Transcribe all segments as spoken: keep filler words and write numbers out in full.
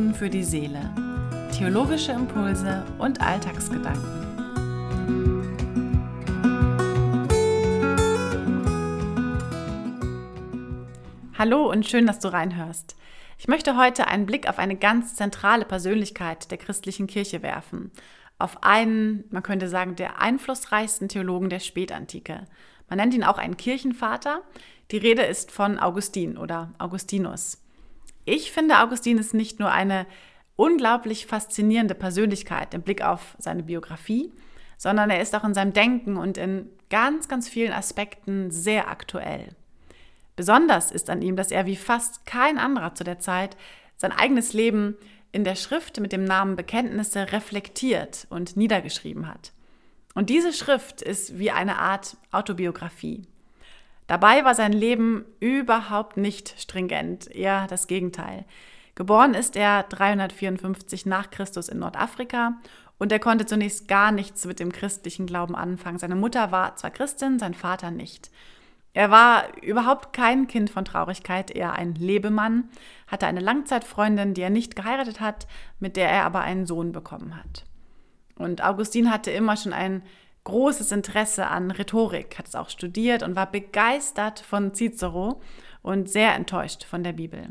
tun für die Seele. Theologische Impulse und Alltagsgedanken. Hallo und schön, dass du reinhörst. Ich möchte heute einen Blick auf eine ganz zentrale Persönlichkeit der christlichen Kirche werfen. Auf einen, man könnte sagen, der einflussreichsten Theologen der Spätantike. Man nennt ihn auch einen Kirchenvater. Die Rede ist von Augustin oder Augustinus. Ich finde, Augustin ist nicht nur eine unglaublich faszinierende Persönlichkeit im Blick auf seine Biografie, sondern er ist auch in seinem Denken und in ganz, ganz vielen Aspekten sehr aktuell. Besonders ist an ihm, dass er wie fast kein anderer zu der Zeit sein eigenes Leben in der Schrift mit dem Namen Bekenntnisse reflektiert und niedergeschrieben hat. Und diese Schrift ist wie eine Art Autobiografie. Dabei war sein Leben überhaupt nicht stringent, eher das Gegenteil. Geboren ist er dreihundertvierundfünfzig nach Christus in Nordafrika und er konnte zunächst gar nichts mit dem christlichen Glauben anfangen. Seine Mutter war zwar Christin, sein Vater nicht. Er war überhaupt kein Kind von Traurigkeit, eher ein Lebemann, hatte eine Langzeitfreundin, die er nicht geheiratet hat, mit der er aber einen Sohn bekommen hat. Und Augustin hatte immer schon ein großes Interesse an Rhetorik, hat es auch studiert und war begeistert von Cicero und sehr enttäuscht von der Bibel.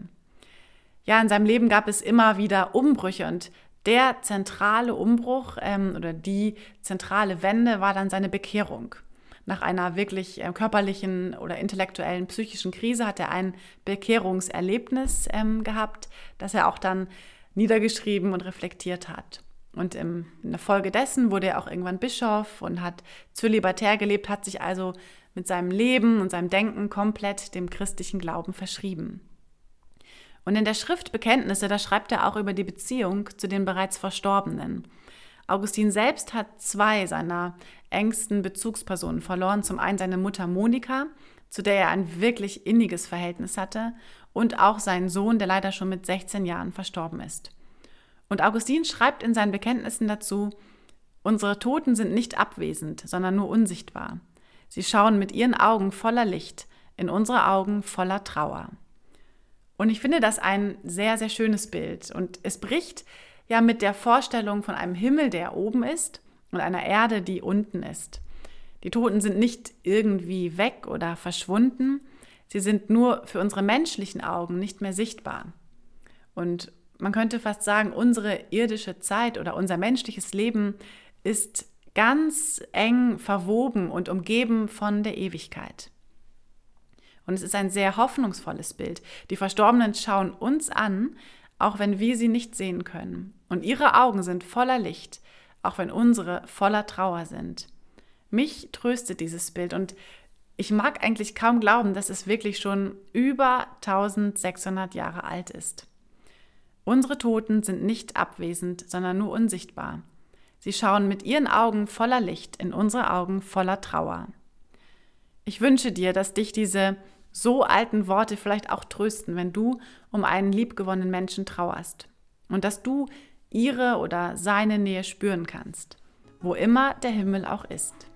Ja, in seinem Leben gab es immer wieder Umbrüche und der zentrale Umbruch ähm, oder die zentrale Wende war dann seine Bekehrung. Nach einer wirklich äh, körperlichen oder intellektuellen psychischen Krise hat er ein Bekehrungserlebnis ähm, gehabt, das er auch dann niedergeschrieben und reflektiert hat. Und in der Folge dessen wurde er auch irgendwann Bischof und hat zölibatär gelebt, hat sich also mit seinem Leben und seinem Denken komplett dem christlichen Glauben verschrieben. Und in der Schrift Bekenntnisse, da schreibt er auch über die Beziehung zu den bereits Verstorbenen. Augustin selbst hat zwei seiner engsten Bezugspersonen verloren. Zum einen seine Mutter Monika, zu der er ein wirklich inniges Verhältnis hatte, und auch seinen Sohn, der leider schon mit sechzehn Jahren verstorben ist. Und Augustin schreibt in seinen Bekenntnissen dazu: Unsere Toten sind nicht abwesend, sondern nur unsichtbar. Sie schauen mit ihren Augen voller Licht in unsere Augen voller Trauer. Und ich finde das ein sehr, sehr schönes Bild. Und es bricht ja mit der Vorstellung von einem Himmel, der oben ist, und einer Erde, die unten ist. Die Toten sind nicht irgendwie weg oder verschwunden. Sie sind nur für unsere menschlichen Augen nicht mehr sichtbar. Und man könnte fast sagen, unsere irdische Zeit oder unser menschliches Leben ist ganz eng verwoben und umgeben von der Ewigkeit. Und es ist ein sehr hoffnungsvolles Bild. Die Verstorbenen schauen uns an, auch wenn wir sie nicht sehen können. Und ihre Augen sind voller Licht, auch wenn unsere voller Trauer sind. Mich tröstet dieses Bild und ich mag eigentlich kaum glauben, dass es wirklich schon über eintausendsechshundert Jahre alt ist. Unsere Toten sind nicht abwesend, sondern nur unsichtbar. Sie schauen mit ihren Augen voller Licht in unsere Augen voller Trauer. Ich wünsche dir, dass dich diese so alten Worte vielleicht auch trösten, wenn du um einen liebgewonnenen Menschen trauerst und dass du ihre oder seine Nähe spüren kannst, wo immer der Himmel auch ist.